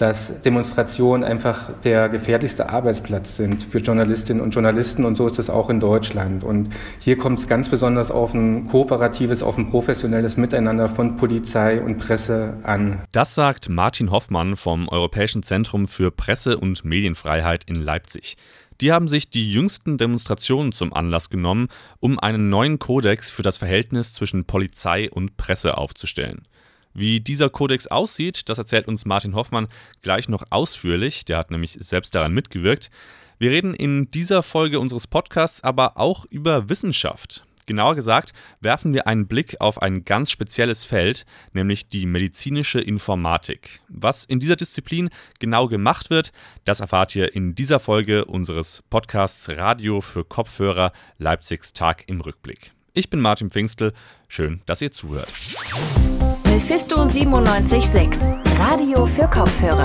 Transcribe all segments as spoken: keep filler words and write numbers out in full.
dass Demonstrationen einfach der gefährlichste Arbeitsplatz sind für Journalistinnen und Journalisten, und so ist es auch in Deutschland. Und hier kommt es ganz besonders auf ein kooperatives, auf ein professionelles Miteinander von Polizei und Presse an. Das sagt Martin Hoffmann vom Europäischen Zentrum für Presse- und Medienfreiheit in Leipzig. Die haben sich die jüngsten Demonstrationen zum Anlass genommen, um einen neuen Kodex für das Verhältnis zwischen Polizei und Presse aufzustellen. Wie dieser Kodex aussieht, das erzählt uns Martin Hoffmann gleich noch ausführlich. Der hat nämlich selbst daran mitgewirkt. Wir reden in dieser Folge unseres Podcasts aber auch über Wissenschaft. Genauer gesagt werfen wir einen Blick auf ein ganz spezielles Feld, nämlich die medizinische Informatik. Was in dieser Disziplin genau gemacht wird, das erfahrt ihr in dieser Folge unseres Podcasts Radio für Kopfhörer Leipzigs Tag im Rückblick. Ich bin Martin Pfingstel, schön, dass ihr zuhört. Mephisto siebenundneunzig Komma sechs, Radio für Kopfhörer.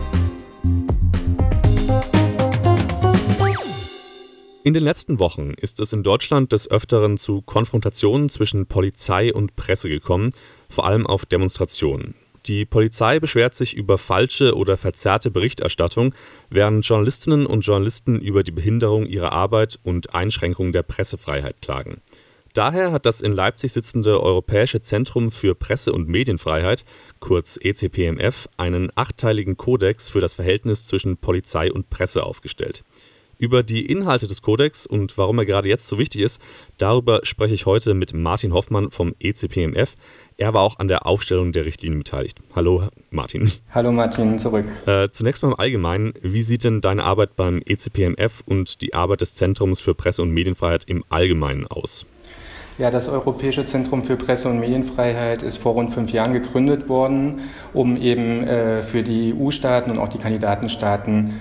In den letzten Wochen ist es in Deutschland des Öfteren zu Konfrontationen zwischen Polizei und Presse gekommen, vor allem auf Demonstrationen. Die Polizei beschwert sich über falsche oder verzerrte Berichterstattung, während Journalistinnen und Journalisten über die Behinderung ihrer Arbeit und Einschränkung der Pressefreiheit klagen. Daher hat das in Leipzig sitzende Europäische Zentrum für Presse- und Medienfreiheit, kurz E C P M F, einen achtteiligen Kodex für das Verhältnis zwischen Polizei und Presse aufgestellt. Über die Inhalte des Kodex und warum er gerade jetzt so wichtig ist, darüber spreche ich heute mit Martin Hoffmann vom E C P M F. Er war auch an der Aufstellung der Richtlinien beteiligt. Hallo Martin. Hallo Martin, zurück. Äh, zunächst mal im Allgemeinen, wie sieht denn deine Arbeit beim E C P M F und die Arbeit des Zentrums für Presse- und Medienfreiheit im Allgemeinen aus? Ja, das Europäische Zentrum für Presse- und Medienfreiheit ist vor rund fünf Jahren gegründet worden, um eben äh, für die E U-Staaten und auch die Kandidatenstaaten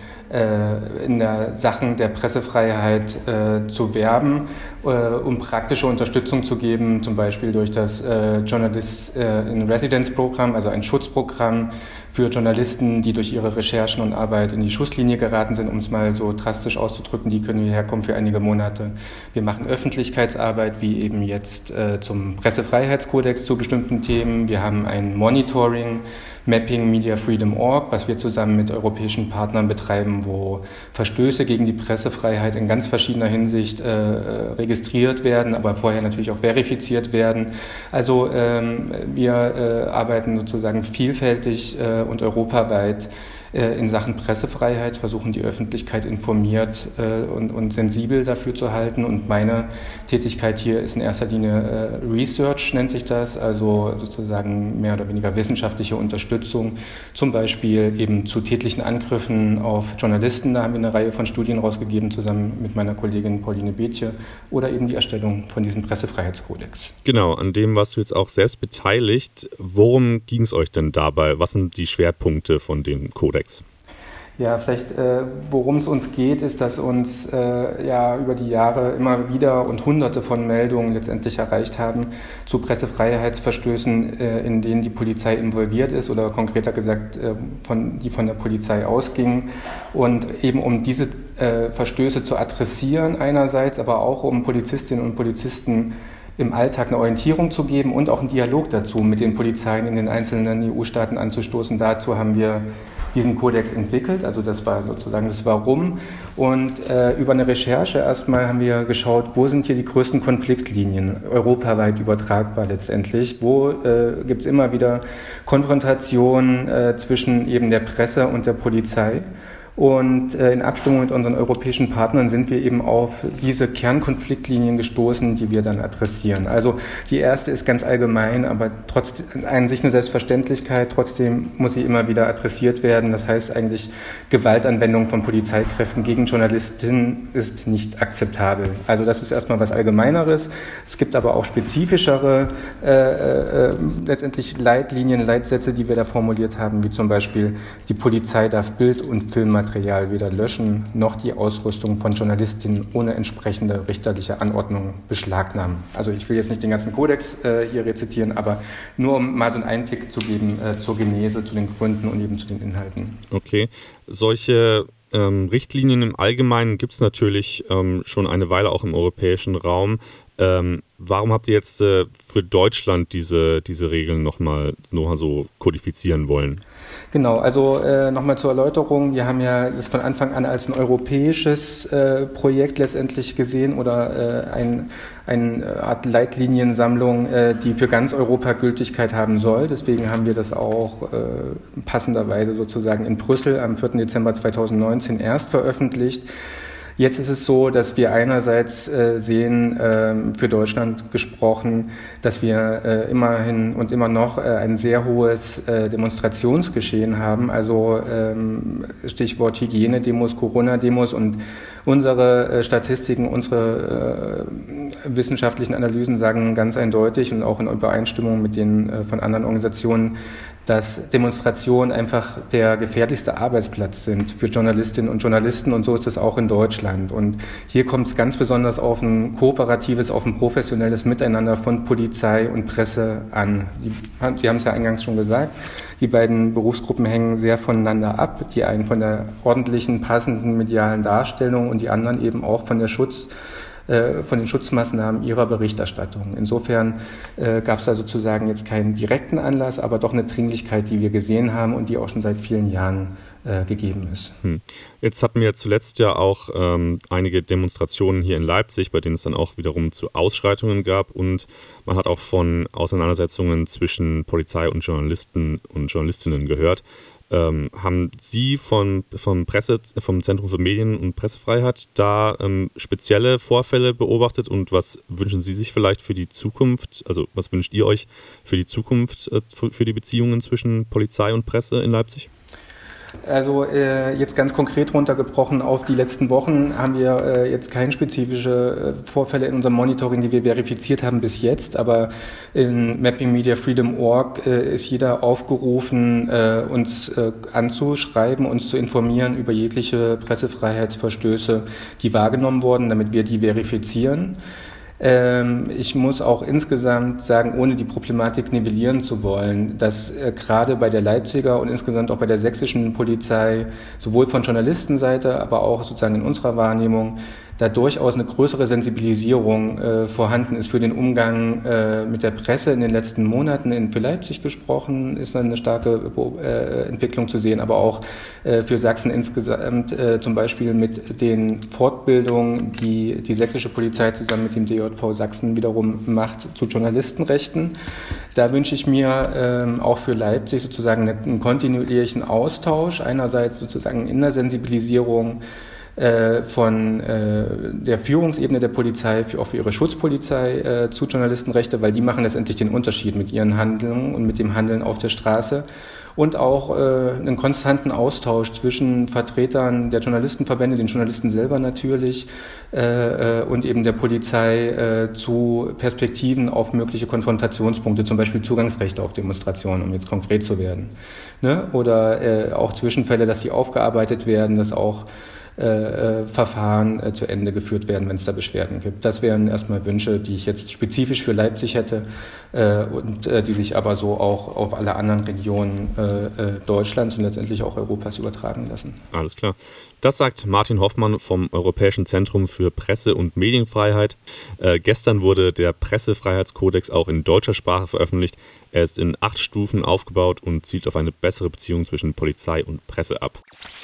äh, in der Sachen der Pressefreiheit äh, zu werben, äh, um praktische Unterstützung zu geben, zum Beispiel durch das äh, Journalists äh, in Residence Programm, also ein Schutzprogramm für Journalisten, die durch ihre Recherchen und Arbeit in die Schusslinie geraten sind, um es mal so drastisch auszudrücken, die können hierher kommen für einige Monate. Wir machen Öffentlichkeitsarbeit, wie eben jetzt äh, zum Pressefreiheitskodex zu bestimmten Themen. Wir haben ein Monitoring, Mapping Media Freedom Punkt org, was wir zusammen mit europäischen Partnern betreiben, wo Verstöße gegen die Pressefreiheit in ganz verschiedener Hinsicht äh, registriert werden, aber vorher natürlich auch verifiziert werden. Also ähm, wir äh, arbeiten sozusagen vielfältig äh, und europaweit äh, in Sachen Pressefreiheit, versuchen die Öffentlichkeit informiert äh, und, und sensibel dafür zu halten. Und meine Tätigkeit hier ist in erster Linie äh, Research, nennt sich das, also sozusagen mehr oder weniger wissenschaftliche Unterstützung, zum Beispiel eben zu tätlichen Angriffen auf Journalisten. Da haben wir eine Reihe von Studien rausgegeben, zusammen mit meiner Kollegin Pauline Bethje, oder eben die Erstellung von diesem Pressefreiheitskodex. Genau, an dem warst du jetzt auch selbst beteiligt. Worum ging es euch denn dabei? Was sind die Schwerpunkte von dem Kodex? Ja, vielleicht äh, worum es uns geht, ist, dass uns äh, ja über die Jahre immer wieder und hunderte von Meldungen letztendlich erreicht haben zu Pressefreiheitsverstößen, äh, in denen die Polizei involviert ist oder konkreter gesagt, äh, von, die von der Polizei ausgingen. Und eben um diese äh, Verstöße zu adressieren einerseits, aber auch um Polizistinnen und Polizisten im Alltag eine Orientierung zu geben und auch einen Dialog dazu mit den Polizeien in den einzelnen E U-Staaten anzustoßen. Dazu haben wir diesen Kodex entwickelt, also das war sozusagen das Warum. Und äh, über eine Recherche erstmal haben wir geschaut, wo sind hier die größten Konfliktlinien, europaweit übertragbar letztendlich, wo äh, gibt es immer wieder Konfrontationen äh, zwischen eben der Presse und der Polizei. Und äh, in Abstimmung mit unseren europäischen Partnern sind wir eben auf diese Kernkonfliktlinien gestoßen, die wir dann adressieren. Also die erste ist ganz allgemein, aber trotzdem an sich eine Selbstverständlichkeit. Trotzdem muss sie immer wieder adressiert werden. Das heißt eigentlich, Gewaltanwendung von Polizeikräften gegen Journalistinnen ist nicht akzeptabel. Also das ist erstmal was Allgemeineres. Es gibt aber auch spezifischere äh, äh, letztendlich Leitlinien, Leitsätze, die wir da formuliert haben, wie zum Beispiel, die Polizei darf Bild- und Filmmaterial weder löschen, noch die Ausrüstung von Journalistinnen ohne entsprechende richterliche Anordnung beschlagnahmen. Also ich will jetzt nicht den ganzen Kodex äh, hier rezitieren, aber nur um mal so einen Einblick zu geben äh, zur Genese, zu den Gründen und eben zu den Inhalten. Okay, solche ähm, Richtlinien im Allgemeinen gibt es natürlich ähm, schon eine Weile auch im europäischen Raum. Ähm, warum habt ihr jetzt äh, für Deutschland diese, diese Regeln nochmal noch mal so kodifizieren wollen? Genau, also äh, nochmal zur Erläuterung. Wir haben ja das von Anfang an als ein europäisches äh, Projekt letztendlich gesehen oder äh, ein, eine Art Leitliniensammlung, äh, die für ganz Europa Gültigkeit haben soll. Deswegen haben wir das auch äh, passenderweise sozusagen in Brüssel am vierten Dezember zweitausendneunzehn erst veröffentlicht. Jetzt ist es so, dass wir einerseits äh, sehen, ähm, für Deutschland gesprochen, dass wir äh, immerhin und immer noch äh, ein sehr hohes äh, Demonstrationsgeschehen haben, also ähm, Stichwort Hygienedemos, Corona-Demos, und unsere äh, Statistiken, unsere äh, wissenschaftlichen Analysen sagen ganz eindeutig und auch in Übereinstimmung mit den äh, von anderen Organisationen, dass Demonstrationen einfach der gefährlichste Arbeitsplatz sind für Journalistinnen und Journalisten, und so ist es auch in Deutschland. Und hier kommt es ganz besonders auf ein kooperatives, auf ein professionelles Miteinander von Polizei und Presse an. Die, Sie haben es ja eingangs schon gesagt, die beiden Berufsgruppen hängen sehr voneinander ab, die einen von der ordentlichen, passenden medialen Darstellung und die anderen eben auch von der Schutz von den Schutzmaßnahmen ihrer Berichterstattung. Insofern äh, gab es da sozusagen jetzt keinen direkten Anlass, aber doch eine Dringlichkeit, die wir gesehen haben und die auch schon seit vielen Jahren äh, gegeben ist. Hm. Jetzt hatten wir zuletzt ja auch ähm, einige Demonstrationen hier in Leipzig, bei denen es dann auch wiederum zu Ausschreitungen gab, und man hat auch von Auseinandersetzungen zwischen Polizei und Journalisten und Journalistinnen gehört. Ähm, haben Sie von, vom, Presse, vom Zentrum für Medien- und Pressefreiheit da ähm, spezielle Vorfälle beobachtet, und was wünschen Sie sich vielleicht für die Zukunft, also was wünscht ihr euch für die Zukunft, äh, für, für die Beziehungen zwischen Polizei und Presse in Leipzig? Also äh, jetzt ganz konkret runtergebrochen auf die letzten Wochen haben wir äh, jetzt keine spezifische äh, Vorfälle in unserem Monitoring, die wir verifiziert haben bis jetzt, aber in Mapping Media Freedom Punkt org äh, ist jeder aufgerufen, äh, uns äh, anzuschreiben, uns zu informieren über jegliche Pressefreiheitsverstöße, die wahrgenommen wurden, damit wir die verifizieren. Ich muss auch insgesamt sagen, ohne die Problematik nivellieren zu wollen, dass äh, gerade bei der Leipziger und insgesamt auch bei der sächsischen Polizei sowohl von Journalistenseite, aber auch sozusagen in unserer Wahrnehmung da durchaus eine größere Sensibilisierung äh, vorhanden ist für den Umgang äh, mit der Presse in den letzten Monaten. In, für Leipzig gesprochen ist eine starke äh, Entwicklung zu sehen, aber auch äh, für Sachsen insgesamt, äh, zum Beispiel mit den Fortbildungen, die die sächsische Polizei zusammen mit dem D J V Sachsen wiederum macht zu Journalistenrechten. Da wünsche ich mir ähm, auch für Leipzig sozusagen einen kontinuierlichen Austausch, einerseits sozusagen in der Sensibilisierung von äh, der Führungsebene der Polizei, für, auch für ihre Schutzpolizei äh, zu Journalistenrechte, weil die machen letztendlich den Unterschied mit ihren Handlungen und mit dem Handeln auf der Straße, und auch äh, einen konstanten Austausch zwischen Vertretern der Journalistenverbände, den Journalisten selber natürlich, äh, und eben der Polizei äh, zu Perspektiven auf mögliche Konfrontationspunkte, zum Beispiel Zugangsrechte auf Demonstrationen, um jetzt konkret zu werden. Ne? Oder äh, auch Zwischenfälle, dass die aufgearbeitet werden, dass auch Äh, Verfahren äh, zu Ende geführt werden, wenn es da Beschwerden gibt. Das wären erstmal Wünsche, die ich jetzt spezifisch für Leipzig hätte äh, und äh, die sich aber so auch auf alle anderen Regionen äh, Deutschlands und letztendlich auch Europas übertragen lassen. Alles klar. Das sagt Martin Hoffmann vom Europäischen Zentrum für Presse- und Medienfreiheit. Äh, gestern wurde der Pressefreiheitskodex auch in deutscher Sprache veröffentlicht. Er ist in acht Stufen aufgebaut und zielt auf eine bessere Beziehung zwischen Polizei und Presse ab.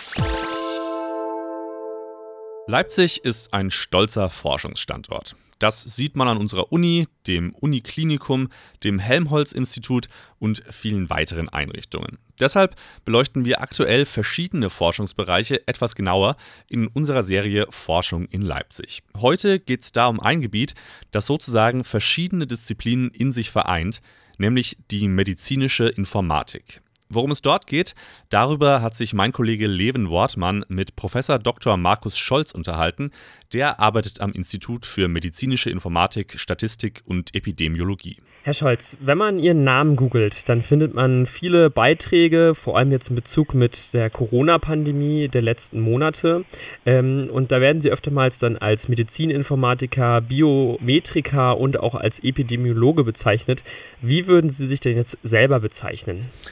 Leipzig ist ein stolzer Forschungsstandort. Das sieht man an unserer Uni, dem Uniklinikum, dem Helmholtz-Institut und vielen weiteren Einrichtungen. Deshalb beleuchten wir aktuell verschiedene Forschungsbereiche etwas genauer in unserer Serie Forschung in Leipzig. Heute geht es da um ein Gebiet, das sozusagen verschiedene Disziplinen in sich vereint, nämlich die medizinische Informatik. Worum es dort geht, darüber hat sich mein Kollege Leven Wortmann mit Professor Doktor Markus Scholz unterhalten. Der arbeitet am Institut für medizinische Informatik, Statistik und Epidemiologie. Herr Scholz, wenn man Ihren Namen googelt, dann findet man viele Beiträge, vor allem jetzt in Bezug mit der Corona-Pandemie der letzten Monate. Ähm, und da werden Sie öftermals dann als Medizininformatiker, Biometriker und auch als Epidemiologe bezeichnet. Wie würden Sie sich denn jetzt selber bezeichnen? Ja, das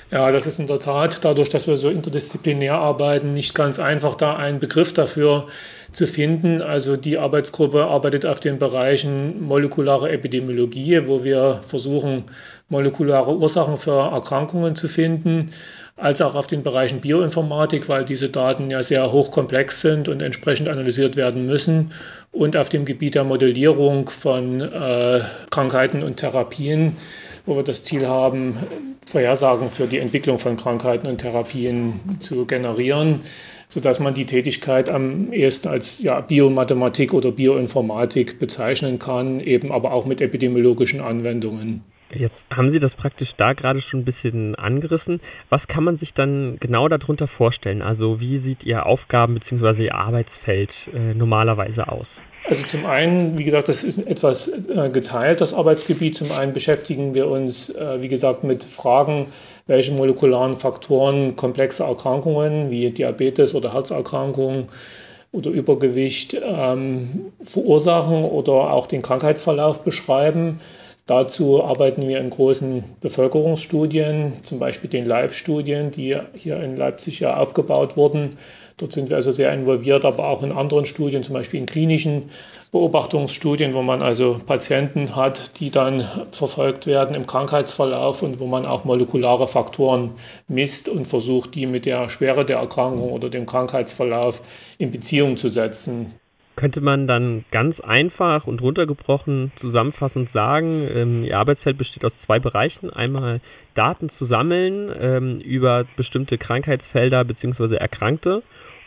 es ist in der Tat dadurch, dass wir so interdisziplinär arbeiten, nicht ganz einfach, da einen Begriff dafür zu finden. Also die Arbeitsgruppe arbeitet auf den Bereichen molekulare Epidemiologie, wo wir versuchen, molekulare Ursachen für Erkrankungen zu finden, als auch auf den Bereichen Bioinformatik, weil diese Daten ja sehr hochkomplex sind und entsprechend analysiert werden müssen, und auf dem Gebiet der Modellierung von äh, Krankheiten und Therapien, wo wir das Ziel haben, Vorhersagen für die Entwicklung von Krankheiten und Therapien zu generieren, sodass man die Tätigkeit am ehesten als ja, Biomathematik oder Bioinformatik bezeichnen kann, eben aber auch mit epidemiologischen Anwendungen. Jetzt haben Sie das praktisch da gerade schon ein bisschen angerissen. Was kann man sich dann genau darunter vorstellen? Also wie sieht Ihr Aufgaben- bzw. Ihr Arbeitsfeld äh, normalerweise aus? Also zum einen, wie gesagt, das ist etwas äh, geteilt, das Arbeitsgebiet. Zum einen beschäftigen wir uns, äh, wie gesagt, mit Fragen, welche molekularen Faktoren komplexe Erkrankungen wie Diabetes oder Herzerkrankungen oder Übergewicht ähm, verursachen oder auch den Krankheitsverlauf beschreiben. Dazu arbeiten wir in großen Bevölkerungsstudien, zum Beispiel den Live-Studien, die hier in Leipzig ja aufgebaut wurden. Dort sind wir also sehr involviert, aber auch in anderen Studien, zum Beispiel in klinischen Beobachtungsstudien, wo man also Patienten hat, die dann verfolgt werden im Krankheitsverlauf und wo man auch molekulare Faktoren misst und versucht, die mit der Schwere der Erkrankung oder dem Krankheitsverlauf in Beziehung zu setzen. Könnte man dann ganz einfach und runtergebrochen zusammenfassend sagen, ähm, Ihr Arbeitsfeld besteht aus zwei Bereichen. Einmal Daten zu sammeln ähm, über bestimmte Krankheitsfelder bzw. Erkrankte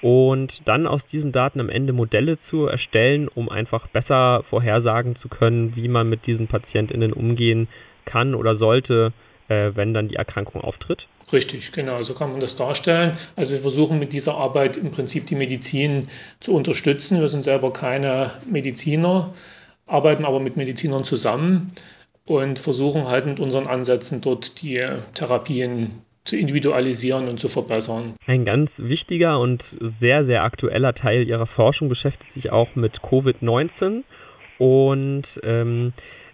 und dann aus diesen Daten am Ende Modelle zu erstellen, um einfach besser vorhersagen zu können, wie man mit diesen PatientInnen umgehen kann oder sollte, äh, wenn dann die Erkrankung auftritt. Richtig, genau, so kann man das darstellen. Also wir versuchen mit dieser Arbeit im Prinzip die Medizin zu unterstützen. Wir sind selber keine Mediziner, arbeiten aber mit Medizinern zusammen und versuchen halt mit unseren Ansätzen dort die Therapien zu individualisieren und zu verbessern. Ein ganz wichtiger und sehr, sehr aktueller Teil Ihrer Forschung beschäftigt sich auch mit Covid neunzehn und ähm,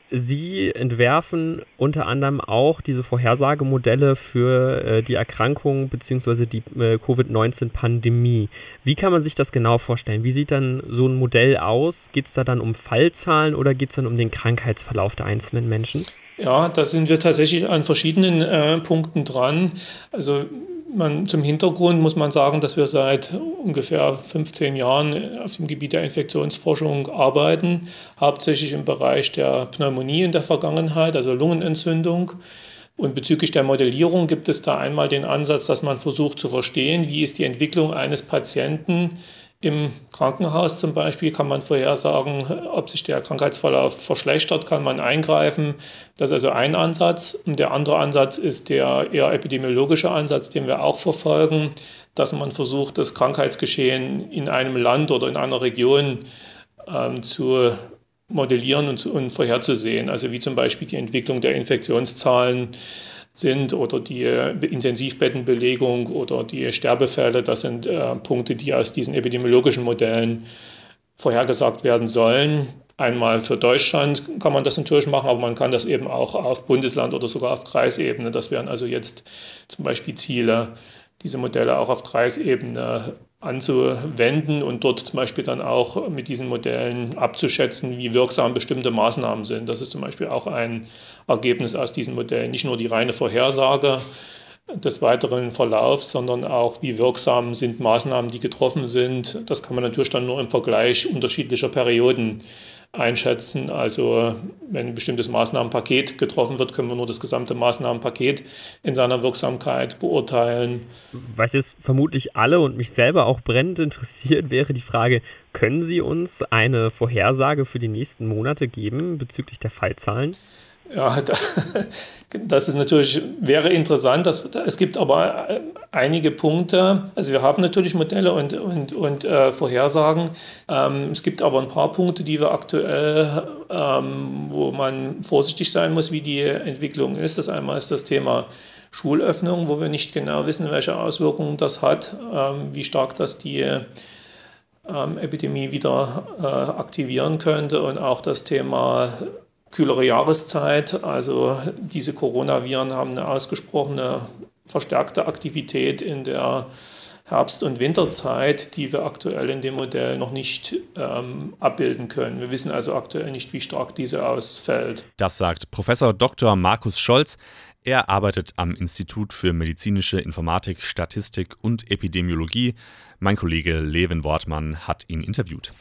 Sie entwerfen unter anderem auch diese Vorhersagemodelle für äh, die Erkrankung bzw. die äh, Covid neunzehn Pandemie. Wie kann man sich das genau vorstellen? Wie sieht dann so ein Modell aus? Geht es da dann um Fallzahlen oder geht es dann um den Krankheitsverlauf der einzelnen Menschen? Ja, da sind wir tatsächlich an verschiedenen äh, Punkten dran. Also man, zum Hintergrund muss man sagen, dass wir seit ungefähr fünfzehn Jahren auf dem Gebiet der Infektionsforschung arbeiten, hauptsächlich im Bereich der Pneumonie in der Vergangenheit, also Lungenentzündung. Und bezüglich der Modellierung gibt es da einmal den Ansatz, dass man versucht zu verstehen, wie ist die Entwicklung eines Patienten im Krankenhaus zum Beispiel, kann man vorhersagen, ob sich der Krankheitsverlauf verschlechtert, kann man eingreifen. Das ist also ein Ansatz. Und der andere Ansatz ist der eher epidemiologische Ansatz, den wir auch verfolgen, dass man versucht, das Krankheitsgeschehen in einem Land oder in einer Region ähm, zu modellieren und, zu, und vorherzusehen. Also wie zum Beispiel die Entwicklung der Infektionszahlen sind oder die Intensivbettenbelegung oder die Sterbefälle. Das sind äh, Punkte, die aus diesen epidemiologischen Modellen vorhergesagt werden sollen. Einmal für Deutschland kann man das natürlich machen, aber man kann das eben auch auf Bundesland oder sogar auf Kreisebene. Das wären also jetzt zum Beispiel Ziele, diese Modelle auch auf Kreisebene anzuwenden und dort zum Beispiel dann auch mit diesen Modellen abzuschätzen, wie wirksam bestimmte Maßnahmen sind. Das ist zum Beispiel auch ein Ergebnis aus diesen Modellen. Nicht nur die reine Vorhersage des weiteren Verlaufs, sondern auch, wie wirksam sind Maßnahmen, die getroffen sind. Das kann man natürlich dann nur im Vergleich unterschiedlicher Perioden einschätzen. Also wenn ein bestimmtes Maßnahmenpaket getroffen wird, können wir nur das gesamte Maßnahmenpaket in seiner Wirksamkeit beurteilen. Was jetzt vermutlich alle und mich selber auch brennend interessiert, wäre die Frage, können Sie uns eine Vorhersage für die nächsten Monate geben bezüglich der Fallzahlen? Ja, das ist natürlich, wäre interessant. Das, es gibt aber einige Punkte. Also wir haben natürlich Modelle und, und, und äh, Vorhersagen. Ähm, es gibt aber ein paar Punkte, die wir aktuell, ähm, wo man vorsichtig sein muss, wie die Entwicklung ist. Das einmal ist das Thema Schulöffnung, wo wir nicht genau wissen, welche Auswirkungen das hat, ähm, wie stark das die ähm, Epidemie wieder äh, aktivieren könnte, und auch das Thema kühlere Jahreszeit, also diese Coronaviren haben eine ausgesprochene verstärkte Aktivität in der Herbst- und Winterzeit, die wir aktuell in dem Modell noch nicht ähm, abbilden können. Wir wissen also aktuell nicht, wie stark diese ausfällt. Das sagt Professor Doktor Markus Scholz. Er arbeitet am Institut für medizinische Informatik, Statistik und Epidemiologie. Mein Kollege Levin Wortmann hat ihn interviewt.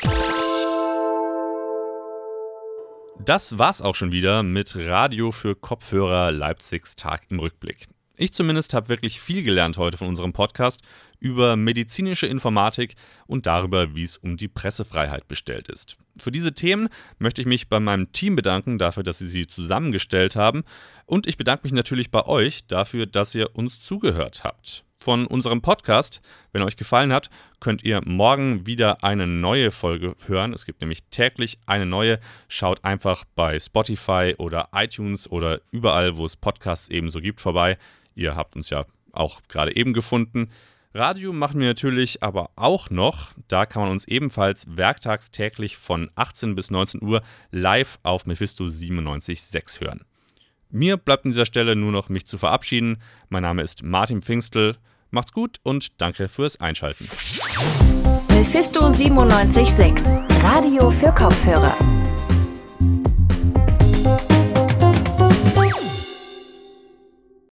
Das war's auch schon wieder mit Radio für Kopfhörer Leipzigs Tag im Rückblick. Ich zumindest habe wirklich viel gelernt heute von unserem Podcast über medizinische Informatik und darüber, wie es um die Pressefreiheit bestellt ist. Für diese Themen möchte ich mich bei meinem Team bedanken, dafür, dass sie sie zusammengestellt haben. Und ich bedanke mich natürlich bei euch dafür, dass ihr uns zugehört habt. Von unserem Podcast, wenn er euch gefallen hat, könnt ihr morgen wieder eine neue Folge hören. Es gibt nämlich täglich eine neue. Schaut einfach bei Spotify oder iTunes oder überall, wo es Podcasts ebenso gibt, vorbei. Ihr habt uns ja auch gerade eben gefunden. Radio machen wir natürlich aber auch noch. Da kann man uns ebenfalls werktags täglich von achtzehn bis neunzehn Uhr live auf Mephisto siebenundneunzig Komma sechs hören. Mir bleibt an dieser Stelle nur noch, mich zu verabschieden. Mein Name ist Martin Pfingstl. Macht's gut und danke fürs Einschalten. Mephisto siebenundneunzig Komma sechs, Radio für Kopfhörer.